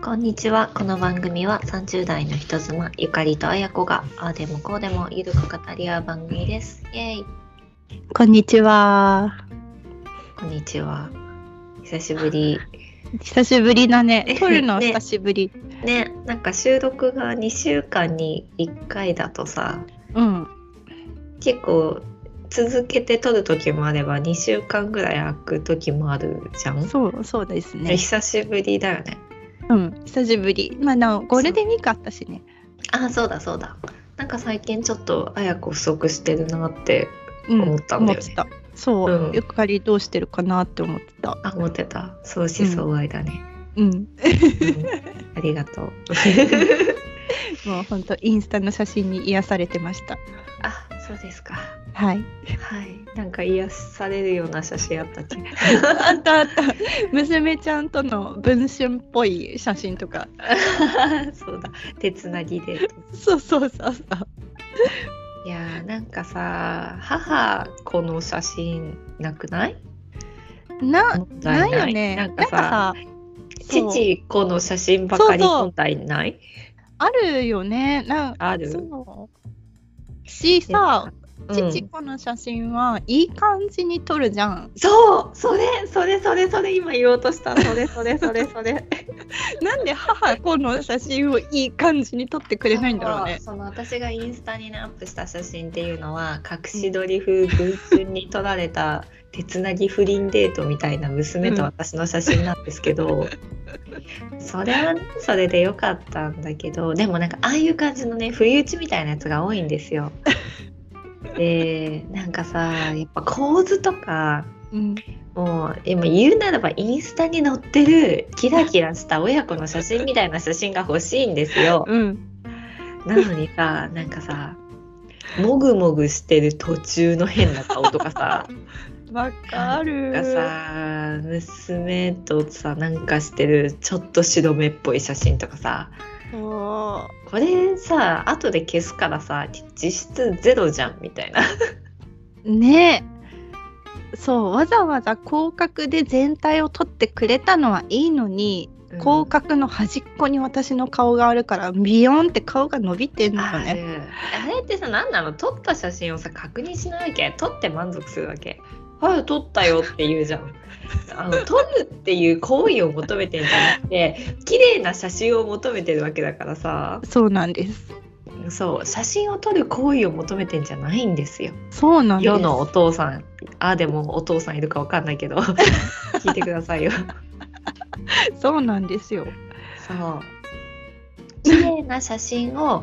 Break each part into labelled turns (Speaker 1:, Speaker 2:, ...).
Speaker 1: こんにちは。この番組は30代の人妻ゆかりとあやこがああでもこうでもゆるく語り合う番組です。イエーイ。
Speaker 2: こんにちは。
Speaker 1: こんにちは。久しぶり。
Speaker 2: 久しぶりだね。撮るの久しぶり。
Speaker 1: ね、なんか収録が2週間に1回だとさ、結構続けて撮る時もあれば2週間ぐらい空く時もあるじゃん。
Speaker 2: そうですね。
Speaker 1: 久しぶりだよね。
Speaker 2: 久しぶり。ゴールデンウィークあったしね。
Speaker 1: そうだ。なんか最近ちょっとあやこ不足してるなって思ったんだよね。
Speaker 2: ゆかりどうしてるかなって思ってた。
Speaker 1: 思ってた。相思相愛だね。ありがとう。
Speaker 2: もう本当インスタの写真に癒されてました。
Speaker 1: そうですか。
Speaker 2: はい。
Speaker 1: なんか癒されるような写真あったっけ？
Speaker 2: あった。娘ちゃんとの文春っぽい写真とか。
Speaker 1: そうだ。手つなぎデート。
Speaker 2: そう。
Speaker 1: いやーなんかさ、母子の写真なくない？
Speaker 2: ないよね。
Speaker 1: なんかさ、父子の写真ばかり問題ない？
Speaker 2: あるよね。
Speaker 1: ある。
Speaker 2: しさ、父子の写真はいい感じに撮るじゃん。
Speaker 1: それ今言おうとした。それ。
Speaker 2: なんで母子の写真をいい感じに撮ってくれないんだろうね。
Speaker 1: その私がインスタにアップした写真っていうのは隠し撮り風文春に撮られた手つなぎ不倫デートみたいな娘と私の写真なんですけど、それはねそれでよかったんだけど、でもなんかああいう感じのね不意打ちみたいなやつが多いんですよ。でなんかさ、やっぱ構図とか、もう今言うならばインスタに載ってるキラキラした親子の写真みたいな写真が欲しいんですよ。なのにさ、なんかさもぐもぐしてる途中の変な顔とかさ
Speaker 2: わかる。
Speaker 1: なんかさ、娘とさなんかしてるちょっと白目っぽい写真とかさ、これさ後で消すからさ実質ゼロじゃんみたいな
Speaker 2: ね。そう、わざわざ広角で全体を撮ってくれたのはいいのに、広角の端っこに私の顔があるからビヨンって顔が伸びてんのよね。
Speaker 1: あれってさ、何なの？撮った写真をさ確認しないわけ？撮って満足するわけ？撮ったよって言うじゃん。撮るっていう行為を求めてんじゃなくて綺麗な写真を求めてるわけだからさ。
Speaker 2: そうなんです。
Speaker 1: そう写真を撮る行為を求めてんじゃないんですよ。
Speaker 2: そうなんです。
Speaker 1: 世のお父さん、でもお父さんいるかわかんないけど聞いてくださいよ。
Speaker 2: そうなんですよ。
Speaker 1: そう綺麗な写真を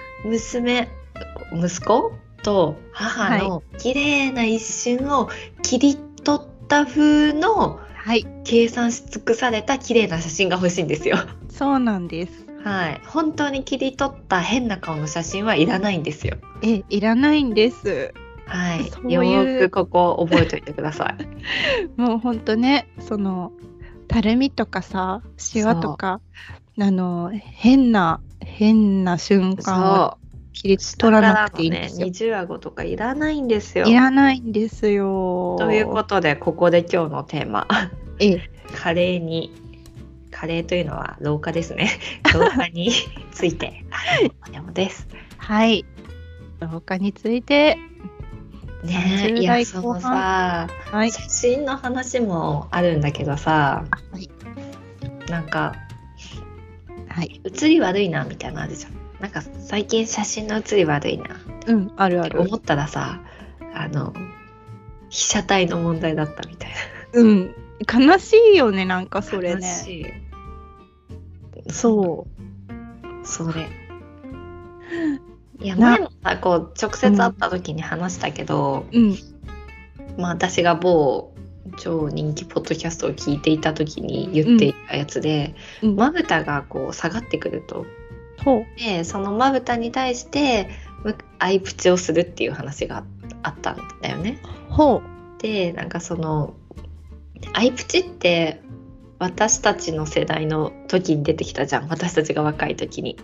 Speaker 1: 息子と母の綺麗な一瞬を切り取った風の、計算し尽くされた綺麗な写真が欲しいんですよ。
Speaker 2: そうなんです。
Speaker 1: 本当に切り取った変な顔の写真はいらないんですよ。
Speaker 2: いらないんです。
Speaker 1: よくここ覚えておいてくださ
Speaker 2: い。もう本当ね、そのたるみとかさ、シワとか変な瞬間を切り取らなくていいんですよ。
Speaker 1: 二重顎とかいらないんですよ。
Speaker 2: いらないんですよ。
Speaker 1: ということでここで今日のテーマ加齢というのは老化ですね。老化についてです。
Speaker 2: 老化について
Speaker 1: ね。いやそのさ、写真の話もあるんだけどさ、なんか、写り悪いなみたいなのあるじゃん。なんか最近写真の写り悪いな、
Speaker 2: あるある
Speaker 1: 思ったらさ、被写体の問題だったみたい
Speaker 2: な。悲しいよね、なんかそれね。
Speaker 1: 悲しい。それ。いや前もさこう直接会った時に話したけど、私が某超人気ポッドキャストを聞いていた時に言っていたやつで、まぶたがこう下がってくると、でそのまぶたに対してアイプチをするっていう話があったんだよね。でなんかそのアイプチって私たちの世代の時に出てきたじゃん。私たちが若い時に。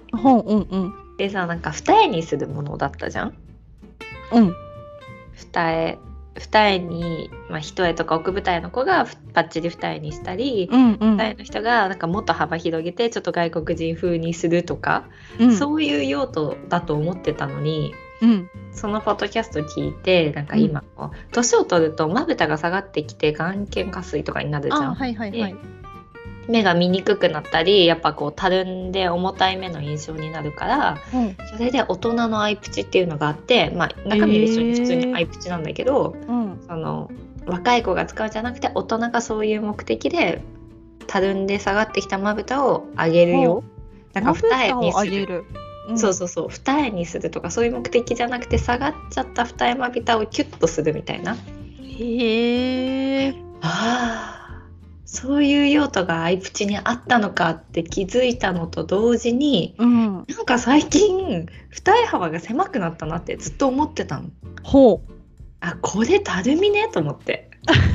Speaker 1: でさ、なんか二重にするものだったじゃん。二重二重に、一重とか奥二重の子がパッチリ二重にしたり、
Speaker 2: うんうん
Speaker 1: 二重の人がなんかもっと幅広げてちょっと外国人風にするとか、
Speaker 2: うん
Speaker 1: そういう用途だと思ってたのに、
Speaker 2: うん
Speaker 1: そのポッドキャスト聞いてなんか今、年を取るとまぶたが下がってきて眼瞼下垂とかになるじゃん。
Speaker 2: はいはいはい。
Speaker 1: 目が見にくくなったりやっぱこうたるんで重たい目の印象になるから、それで大人のアイプチっていうのがあって、中身は一緒に普通にアイプチなんだけど、その若い子が使うんじゃなくて大人がそういう目的でたるんで下がってきたまぶたを上げるよ。だから二重にする。そう二重にするとかそういう目的じゃなくて下がっちゃった二重まぶたをキュッとするみたいな。
Speaker 2: へえ。
Speaker 1: そういう用途がアイプチにあったのかって気づいたのと同時に、なんか最近二重幅が狭くなったなってずっと思ってたの。
Speaker 2: ほう。
Speaker 1: これたるみねと思って。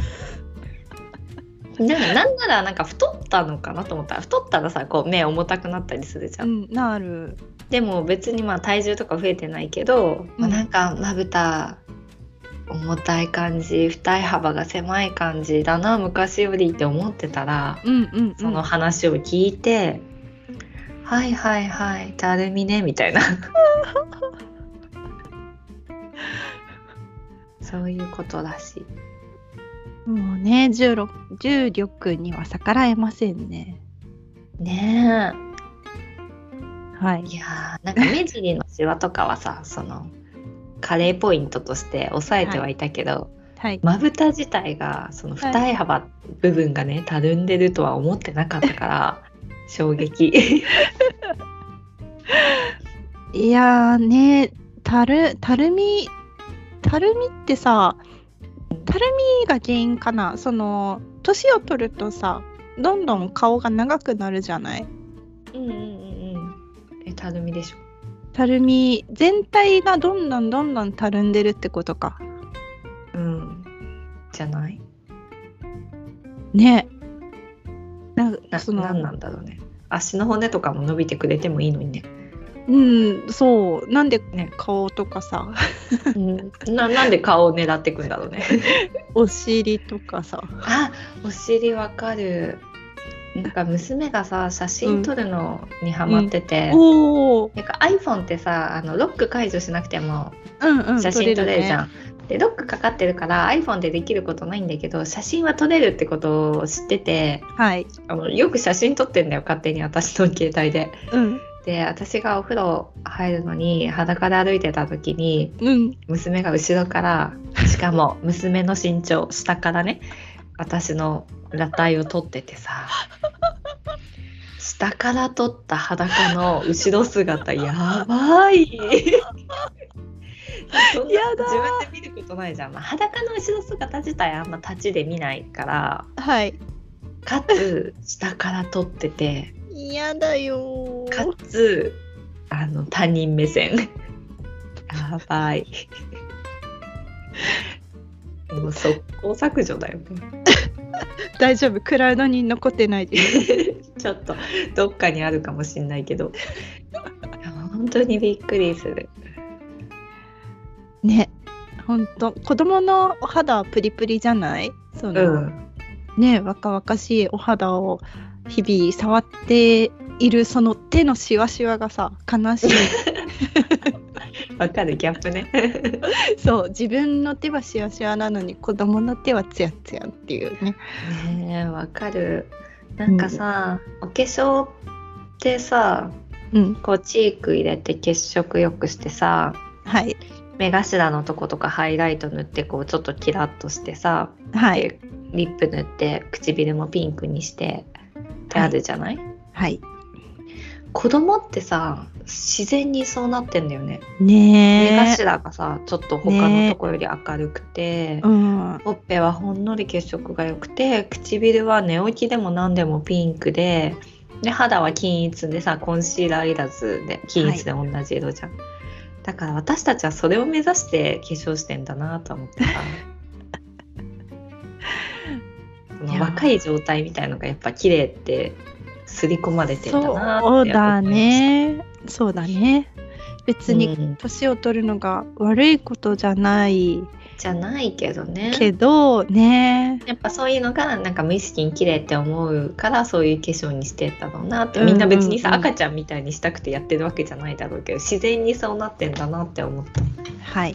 Speaker 1: なんならなんか太ったのかなと思ったら、太ったらさこう目重たくなったりするじゃん。
Speaker 2: なる。
Speaker 1: でも別に体重とか増えてないけど、なんかまぶた重たい感じ、二重幅が狭い感じだな昔よりって思ってたら、その話を聞いて、はいはいはいたるみねみたいなそういうことらしい。
Speaker 2: もうね、重力には逆らえませんね。
Speaker 1: ねえ。
Speaker 2: はい。
Speaker 1: いやなんか目尻のシワとかはさそのカレーポイントとして抑えてはいたけど、まぶた自体がその二重幅部分がねたるんでるとは思ってなかったから衝撃
Speaker 2: いやーね、たるみってさ、たるみが原因かな。その年を取るとさどんどん顔が長くなるじゃない。
Speaker 1: たるみでしょ。
Speaker 2: たるみ全体がどんどんたるんでるってことか。
Speaker 1: じゃない
Speaker 2: ね。
Speaker 1: なんなんだろうね。足の骨とかも伸びてくれてもいいのにね。
Speaker 2: そうなんで顔とかさ、
Speaker 1: なんで顔を狙ってくんだろうね
Speaker 2: お尻とかさ。
Speaker 1: お尻わかる。なんか娘がさ写真撮るのにハマってて、なんか iPhone ってさロック解除しなくても写真撮れるじゃん。でロックかかってるから iPhone でできることないんだけど写真は撮れるってことを知ってて、よく写真撮ってんだよ勝手に私の携帯で。で私がお風呂入るのに裸で歩いてた時に、娘が後ろからしかも娘の身長下からね私の裸体を撮っててさ下から撮った裸の後ろ姿やばいそんな自分で見ることないじゃん。裸の後ろ姿自体あんま立ちで見ないから、かつ下から撮ってて
Speaker 2: 嫌だよ。
Speaker 1: かつ他人目線やばいもう速攻削除だよね
Speaker 2: 大丈夫、クラウドに残ってないです
Speaker 1: ちょっとどっかにあるかもしんないけど本当にびっくりする
Speaker 2: ね。本当子供のお肌はプリプリじゃない。その、ね、若々しいお肌を日々触っているその手のシワシワがさ悲しい
Speaker 1: わかるギャップね
Speaker 2: そう自分の手はシワシワなのに子供の手はツヤツヤっていうね。
Speaker 1: ねえわかる。なんかさ、お化粧ってさ、こうチーク入れて血色よくしてさ、目頭のとことかハイライト塗ってこうちょっとキラッとしてさ、でリップ塗って唇もピンクにしてってあるじゃない。子供ってさ自然にそうなってんだよね。目頭がさちょっと他のとこより明るくて、ほっぺはほんのり血色が良くて唇は寝起きでも何でもピンクで肌は均一でさコンシーラーいらずで均一で同じ色じゃん、だから私たちはそれを目指して化粧してんだなと思ってさ若い状態みたいのがやっぱ綺麗って刷り込まれてんだなって思いました。
Speaker 2: そうだね別に年を取るのが悪いことじゃない
Speaker 1: じゃないけどね。
Speaker 2: けどね。
Speaker 1: やっぱそういうのがなんか無意識に綺麗って思うからそういう化粧にしてったろうなって、みんな別にさ、赤ちゃんみたいにしたくてやってるわけじゃないだろうけど、自然にそうなってんだなって思った。
Speaker 2: はい。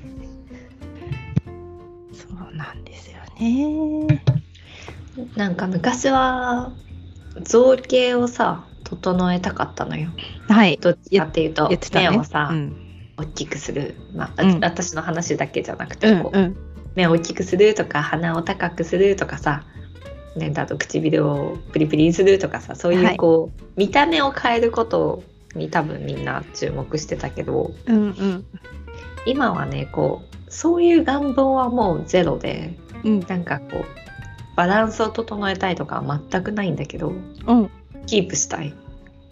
Speaker 2: そうなんですよね。
Speaker 1: なんか昔は造形をさ整えたかったのよ。
Speaker 2: はい。
Speaker 1: どっちかっていうと、
Speaker 2: ね、
Speaker 1: 目をさ、大きくする、私の話だけじゃなくてこう、目を大きくするとか鼻を高くするとかさ、ね、だと唇をプリプリにするとかさ、そういうこう、見た目を変えることに多分みんな注目してたけど、今はねこうそういう願望はもうゼロで、なんかこうバランスを整えたいとかは全くないんだけど、キープしたい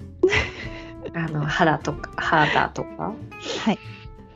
Speaker 1: 肌とか
Speaker 2: はい。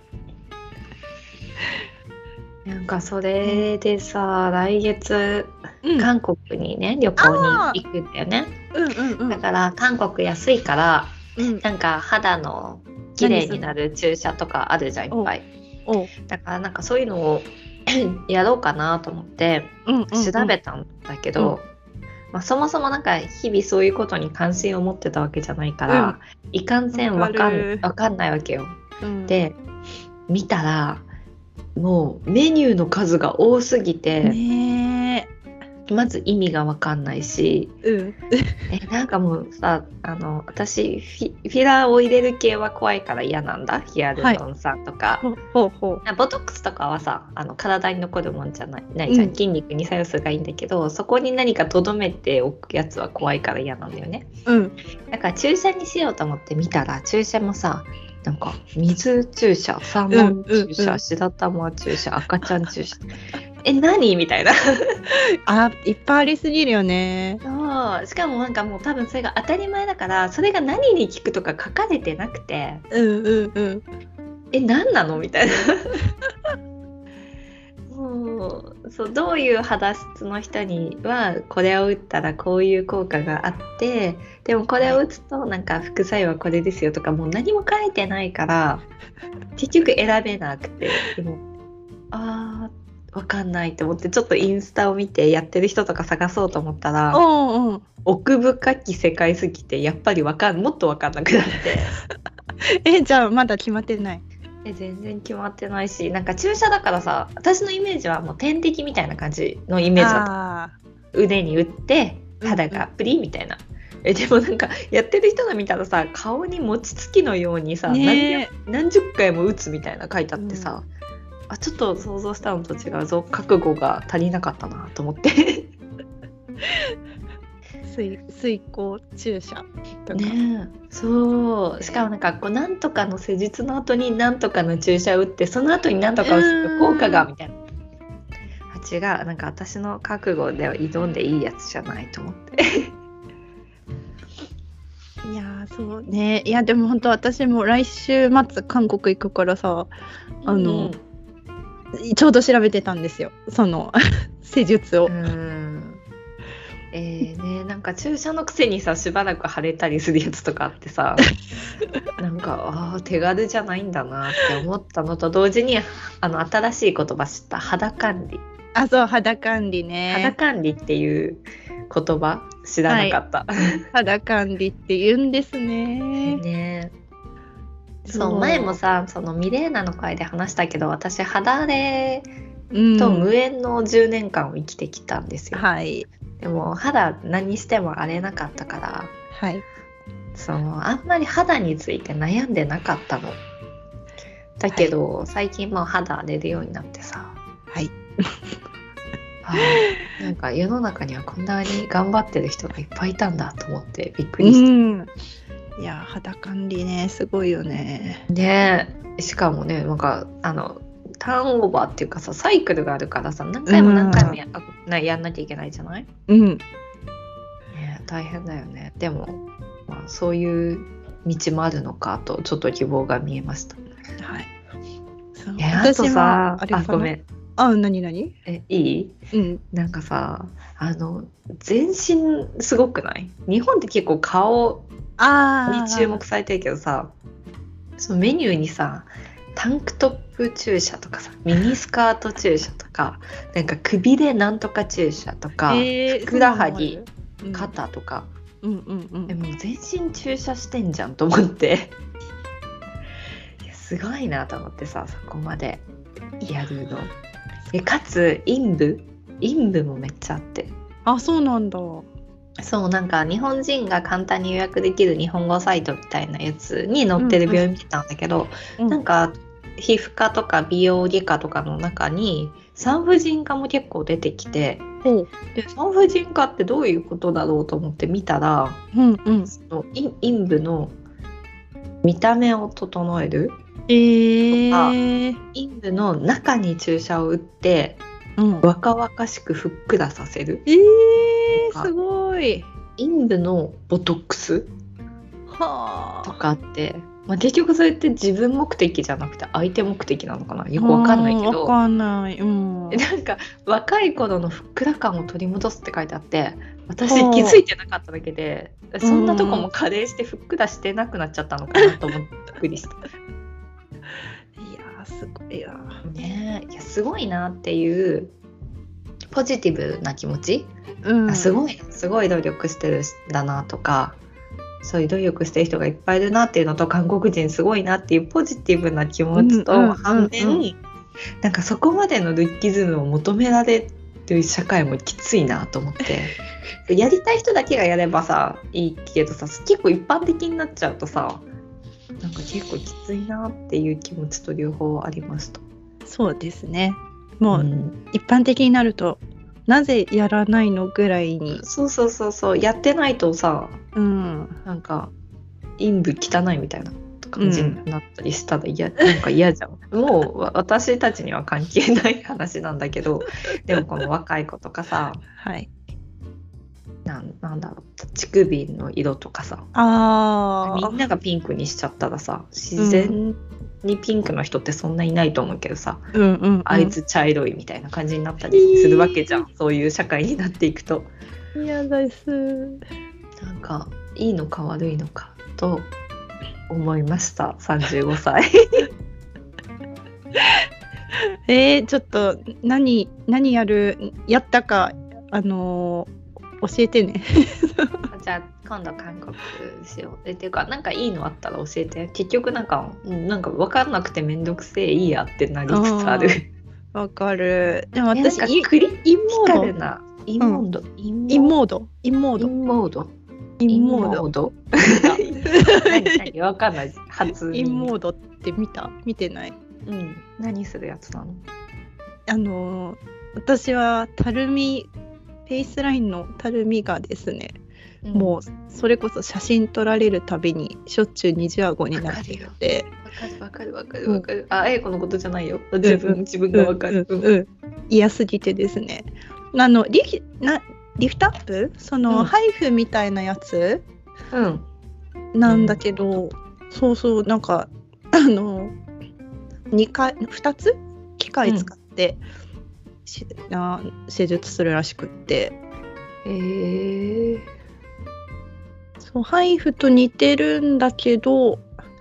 Speaker 1: なんかそれでさ、来月、韓国にね旅行に行くんだよね。だから韓国安いから、なんか肌の綺麗になる注射とかあるじゃん、いっぱい。だからなんかそういうのをやろうかなと思って調べたんだけど、そもそもなんか日々そういうことに関心を持ってたわけじゃないから、いかんせんわかんないわけよ。で見たらもうメニューの数が多すぎて、まず意味がわかんないし、なんかもうさ、私フィラーを入れる系は怖いから嫌なんだ。ヒアルロン酸とか、ボトックスとかはさ体に残るもんじゃないじゃん、筋肉に作用数がいいんだけど、そこに何かとどめておくやつは怖いから嫌なんだよね。だから注射にしようと思って見たら、注射もさなんか水注射、サーモン注射、白玉注射、赤ちゃん注射何みたいな
Speaker 2: いっぱいありすぎるよね。
Speaker 1: そう、しかもなんかもう多分それが当たり前だから、それが何に効くとか書かれてなくて、何なのみたいなそうどういう肌質の人にはこれを打ったらこういう効果があって、でもこれを打つとなんか副作用はこれですよとか、もう何も書いてないから結局選べなくて、でもわかんないと思ってちょっとインスタを見てやってる人とか探そうと思ったら、奥深き世界すぎてやっぱりもっとわかんなくなって
Speaker 2: じゃあまだ決まってない？
Speaker 1: 全然決まってないし、なんか注射だからさ、私のイメージはもう点滴みたいな感じのイメージだった。腕に打って肌がプリみたいな。でもなんかやってる人が見たらさ、顔に餅つきのようにさ、何十回も打つみたいな書いてあってさ、ちょっと想像したのと違うぞ、覚悟が足りなかったなと思って
Speaker 2: 水耕注射とか
Speaker 1: そうしかもなんかこうなんとかの施術の後になんとかの注射を打って、その後になんとかをする効果がみたいな、違う、なんか私の覚悟では挑んでいいやつじゃないと思って
Speaker 2: いやそうね。いやでも本当私も来週末韓国行くからさ、ちょうど調べてたんですよ、その施術を。
Speaker 1: なんか注射のくせにさしばらく腫れたりするやつとかあってさなんか手軽じゃないんだなって思ったのと同時に、新しい言葉知った、肌管理。
Speaker 2: そう、肌管理ね。
Speaker 1: 肌管理っていう言葉知らなかった、
Speaker 2: 肌管理って言うんですね。
Speaker 1: そう、前もさそのミレーナの会で話したけど、私肌荒れと無縁の10年間を生きてきたんですよ。でも肌何しても荒れなかったから、あんまり肌について悩んでなかったの。だけど、最近もう肌荒れるようになってさ、なんか世の中にはこんなに頑張ってる人がいっぱいいたんだと思ってびっくりした。
Speaker 2: いや肌管理ねすごいよね。
Speaker 1: しかもね、なんかターンオーバーっていうかさ、サイクルがあるからさ、何回もやんなきゃいけないじゃない？大変だよね。でも、そういう道もあるのかとちょっと希望が見えました。あとさ、ごめん。
Speaker 2: 何？
Speaker 1: いい？なんかさ、全身すごくない？日本って結構顔に注目されてるけどさ、そのメニューにさ、 タンクトップ注射とかさ、ミニスカート注射とか、なんか首でなんとか注射とか、ふくらはぎ、肩とか、もう全身注射してんじゃんと思っていやすごいなと思ってさ、そこまでやるの。かつ陰部もめっちゃあって。
Speaker 2: あ、そうなんだ。
Speaker 1: そう、なんか日本人が簡単に予約できる日本語サイトみたいなやつに載ってる病院見てたんだけど、なんか皮膚科とか美容外科とかの中に産婦人科も結構出てきて、で産婦人科ってどういうことだろうと思って見たら、その陰部の見た目を整えるとか、陰部の中に注射を打って、若々しくふっくらさせる、
Speaker 2: すごい。
Speaker 1: 陰部のボトックスとかあって、結局それって自分目的じゃなくて相手目的なのかな、よくわかんないけど、
Speaker 2: わかんない、
Speaker 1: なんか若い頃のふっくら感を取り戻すって書いてあって、私気づいてなかっただけで、そんなとこも加齢してふっくらしてなくなっちゃったのかなと思ってびっくりした。
Speaker 2: いやすごいな、
Speaker 1: ね、いやすごいなっていうポジティブな気持ち、すごい努力してるんだなとか、そういう努力してる人がいっぱいいるなっていうのと、韓国人すごいなっていうポジティブな気持ちと反面、なんかそこまでのルッキズムを求められる社会もきついなと思ってやりたい人だけがやればさいいけどさ、結構一般的になっちゃうとさ、なんか結構きついなっていう気持ちと両方ありました。
Speaker 2: そうですね。もう、一般的になるとなぜやらないのぐらいに、
Speaker 1: そうやってないとさ、なんか陰部汚いみたいな感じになったりしたらなんか嫌じゃん。もう私たちには関係ない話なんだけどでもこの若い子とかさ、なんだろう、乳首の色とかさ、みんながピンクにしちゃったらさ、自然にピンクの人ってそんないないと思うけどさ、あいつ茶色いみたいな感じになったりするわけじゃん、そういう社会になっていくと。
Speaker 2: 嫌です。
Speaker 1: なんかいいのか悪いのかと思いました、35歳
Speaker 2: ちょっと何やったか教えてね
Speaker 1: じゃあ今度韓国しよう。っていうか、なんかいいのあったら教えて。結局なんか分かんなくてめんどくせえいいやってなりつつある。
Speaker 2: わかる。でも私
Speaker 1: 陰モード何わかんない。
Speaker 2: 陰モードって見てない？
Speaker 1: 何するやつなの？
Speaker 2: 私はフェイスラインのたるみがですね、もうそれこそ写真撮られるたびにしょっちゅう二重顎になっていて。
Speaker 1: わかる。英子のことじゃないよ。自分がわかる。
Speaker 2: 嫌すぎてですね。リフトアップ、そのハイフみたいなやつ、なんだけど、そうなんか2つ機械使って、施術するらしくって、そうハイフと似てるんだけど、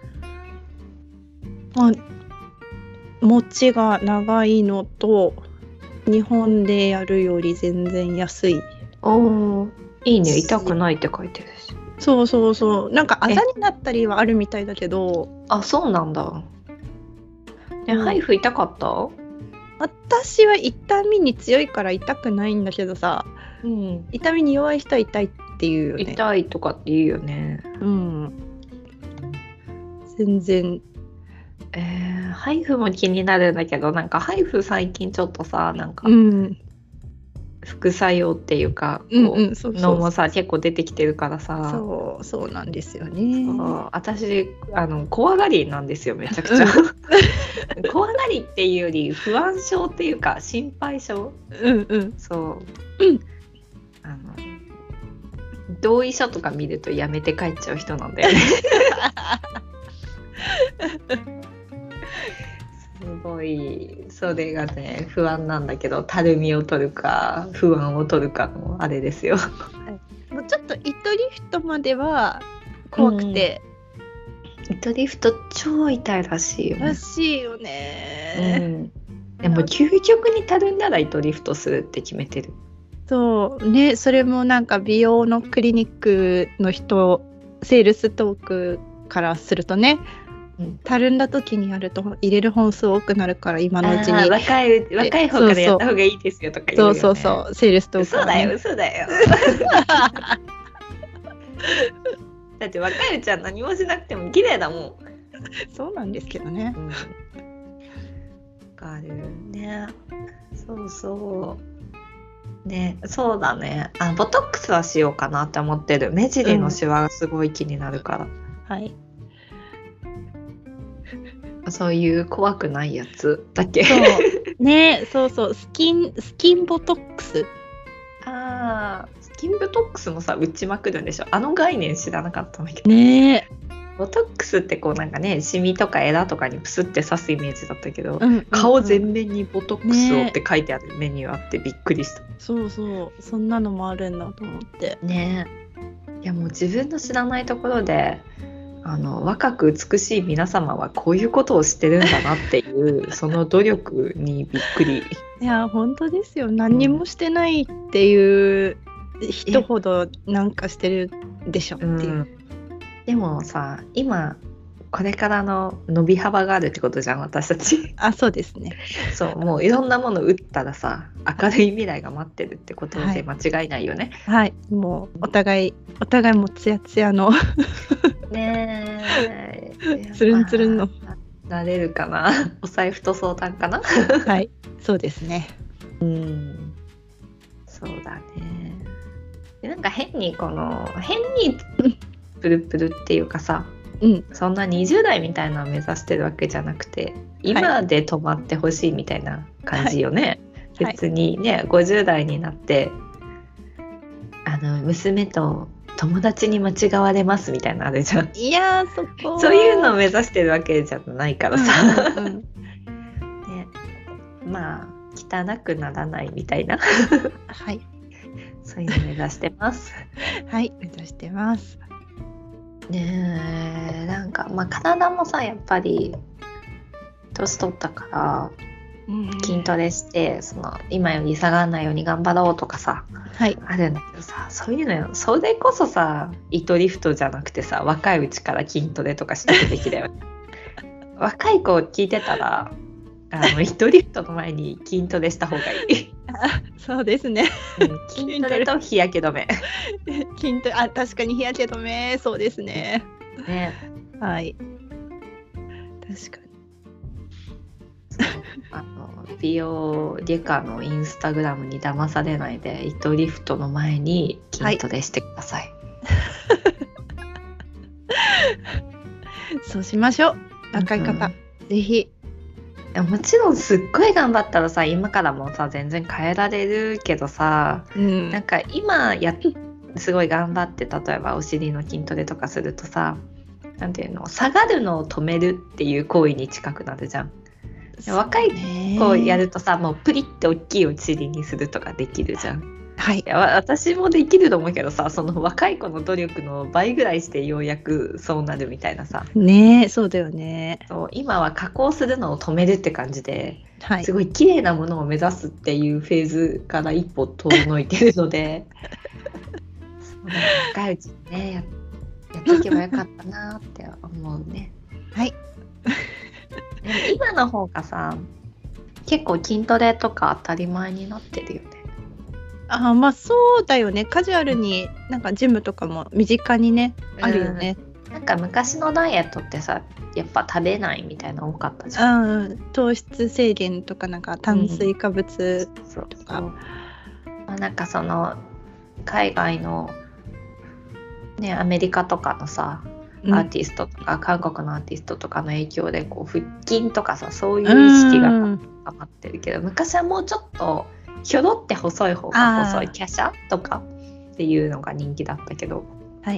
Speaker 2: 持ちが長いのと日本でやるより全然安い。
Speaker 1: いいね、痛くないって書いてるし。
Speaker 2: そうなんかあざになったりはあるみたいだけど。
Speaker 1: そうなんだ。ハイフ痛かった？
Speaker 2: 私は痛みに強いから痛くないんだけどさ、痛みに弱い人は痛いっていうよね。
Speaker 1: 痛いとかって言うよね。
Speaker 2: 全然。
Speaker 1: ハイフも気になるんだけど、なんかハイフ最近ちょっとさ、なんか副作用っていうかのもさ結構出てきてるからさ。
Speaker 2: そうなんですよね。
Speaker 1: 私怖がりなんですよ、めちゃくちゃ怖がりっていうより不安症っていうか心配性。同意書とか見るとやめて帰っちゃう人なんだよねすごいそれがね不安なんだけど、たるみを取るか不安を取るかのあれですよ
Speaker 2: もうちょっと糸リフトまでは怖くて、
Speaker 1: 糸リフト超痛いらしいよ
Speaker 2: ら
Speaker 1: ね。
Speaker 2: しいよね。
Speaker 1: でも究極にたるんだら糸リフトするって決めてる。
Speaker 2: そうね、それもなんか美容のクリニックの人、セールストークからするとね、たるんだ時にやると入れる本数多くなるから今のうちに
Speaker 1: 若い方からやった方がいいですよとか言うよね。
Speaker 2: そうセールストーク、
Speaker 1: 嘘だよ嘘だよだって若いうちは何もしなくても綺麗だもん。
Speaker 2: そうなんですけどね。
Speaker 1: わかるね。そうね、そうだね。ボトックスはしようかなって思ってる。目尻のシワがすごい気になるから、
Speaker 2: はい。
Speaker 1: そういう怖くないやつだっけ。
Speaker 2: そうね、そうスキンボトックス。
Speaker 1: スキンボトックスもさ打ちまくるんでしょ。概念知らなかったんだけど
Speaker 2: ね。
Speaker 1: ボトックスってこうなんかね、シミとかエラとかにプスって刺すイメージだったけど、顔全面にボトックスをって書いてあるメニューあってびっくりした。
Speaker 2: そうそんなのもあるんだと思って
Speaker 1: ね。いやもう自分の知らないところで若く美しい皆様はこういうことをしてるんだなっていうその努力にびっくり。
Speaker 2: いや本当ですよ。何にもしてないっていう人ほどなんかしてるでしょっていう、
Speaker 1: でもさ、今これからの伸び幅があるってことじゃん、私たち。
Speaker 2: そうですね。
Speaker 1: そう、もういろんなもの打ったらさ、明るい未来が待ってるってことで間違いないよね。
Speaker 2: はい、もうお互いもツヤツヤの
Speaker 1: ねえ
Speaker 2: つるんつるんの
Speaker 1: なれるかな。お財布と相談かな。
Speaker 2: はい、そうですね。
Speaker 1: そうだね。でなんか変にプルプルっていうかさ、そんな20代みたいなのを目指してるわけじゃなくて、今で止まってほしいみたいな感じよね。別にね、50代になって娘と友達に間違われますみたいなのあるじゃん。
Speaker 2: いや
Speaker 1: そういうのを目指してるわけじゃないからさ、ね、まあ汚くならないみたいな
Speaker 2: はい、
Speaker 1: そういうの目指してます
Speaker 2: はい目指してます
Speaker 1: ね。なんか体もさやっぱり年取ったから筋トレして、今より下がらないように頑張ろうとかさ、あるんだけどさ、そういうのよ、それこそさ糸リフトじゃなくてさ、若いうちから筋トレとかしてるべきだよね。若い子聞いてたら糸リフトの前に筋トレした方がいい。
Speaker 2: そうですね、
Speaker 1: 筋トレと日焼け止め。
Speaker 2: 筋トレ、確かに日焼け止め、そうですね。はい、確かに。
Speaker 1: 美容外科のインスタグラムに騙されないで、糸リフトの前に筋トレしてください。
Speaker 2: そうしましょう。若い方、ぜひ。
Speaker 1: もちろんすっごい頑張ったらさ、今からもさ全然変えられるけどさ、なんか今すごい頑張って、例えばお尻の筋トレとかするとさ、なんていうの、下がるのを止めるっていう行為に近くなるじゃん。若い子やるとさ、もうプリって大きいお尻にするとかできるじゃん。私もできると思うけどさ、その若い子の努力の倍ぐらいしてようやくそうなるみたいなさ。
Speaker 2: そうだよね。
Speaker 1: 今は加工するのを止めるって感じで、すごい綺麗なものを目指すっていうフェーズから一歩遠のいてるので若いうちにねやっていけばよかったなって思うね。今の方がさ結構筋トレとか当たり前になってるよね。
Speaker 2: そうだよね。カジュアルになんかジムとかも身近にね、あるよね。
Speaker 1: なんか昔のダイエットってさ、やっぱ食べないみたいな多かったじゃん。
Speaker 2: 糖質制限とか、なんか炭水化物とか、
Speaker 1: なんかその海外のね、アメリカとかのさアーティストとか、韓国のアーティストとかの影響でこう腹筋とかさ、そういう意識が高まってるけど、昔はもうちょっとひょろって細い方が細い華奢とかっていうのが人気だったけど、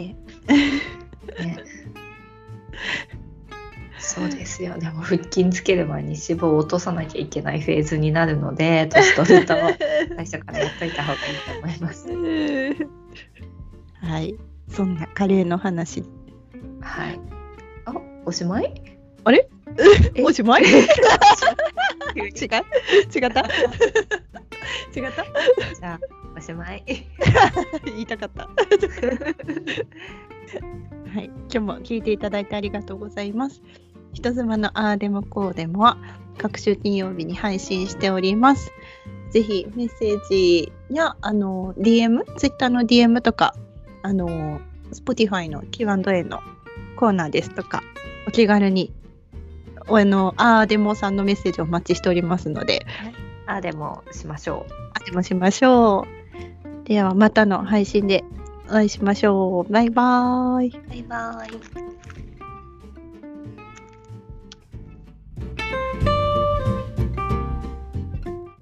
Speaker 1: そうですよ。でも腹筋つける前に脂肪を落とさなきゃいけないフェーズになるので、年取ると最初からやっといた方がいいと思います。
Speaker 2: はい、そんなカレーの話。
Speaker 1: おしまい？
Speaker 2: あれ
Speaker 1: え
Speaker 2: おしまい違う違った違った
Speaker 1: じゃあおしまい。
Speaker 2: 言いたかったはい、今日も聞いていただいてありがとうございます。人妻のあーでもこうでもは各週金曜日に配信しております。ぜひメッセージやDM、Twitter の DM とかSpotify の Q&A のコーナーですとかお気軽にあーでもさんのメッセージをお待ちしておりますので、
Speaker 1: あでもしましょう。
Speaker 2: あでもしましょう。ではまたの配信でお会いしましょう。バイバーイ。
Speaker 1: バイバイ。